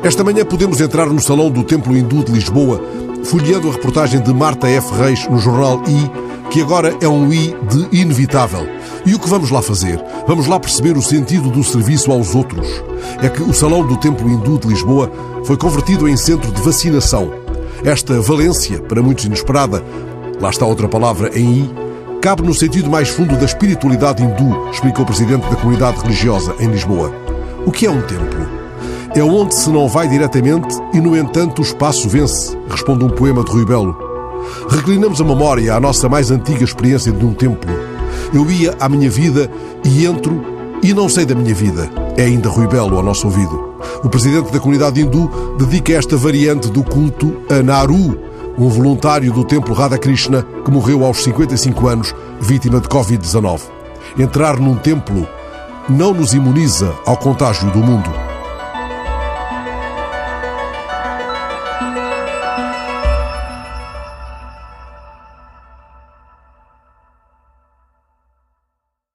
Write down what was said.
Esta manhã podemos entrar no Salão do Templo Hindu de Lisboa, folheando a reportagem de Marta F. Reis no jornal I, que agora é um I de inevitável. E o que vamos lá fazer? Vamos lá perceber o sentido do serviço aos outros. É que o Salão do Templo Hindu de Lisboa foi convertido em centro de vacinação. Esta valência, para muitos inesperada, lá está outra palavra em I, cabe no sentido mais fundo da espiritualidade hindu, explicou o presidente da comunidade religiosa em Lisboa. O que é um templo? É onde se não vai diretamente e, no entanto, o espaço vence, responde um poema de Rui Belo. Reclinamos a memória à nossa mais antiga experiência de um templo. Eu ia à minha vida e entro e não sei da minha vida. É ainda Rui Belo ao nosso ouvido. O presidente da comunidade hindu dedica esta variante do culto a Naru, um voluntário do templo Radha Krishna que morreu aos 55 anos, vítima de Covid-19. Entrar num templo não nos imuniza ao contágio do mundo.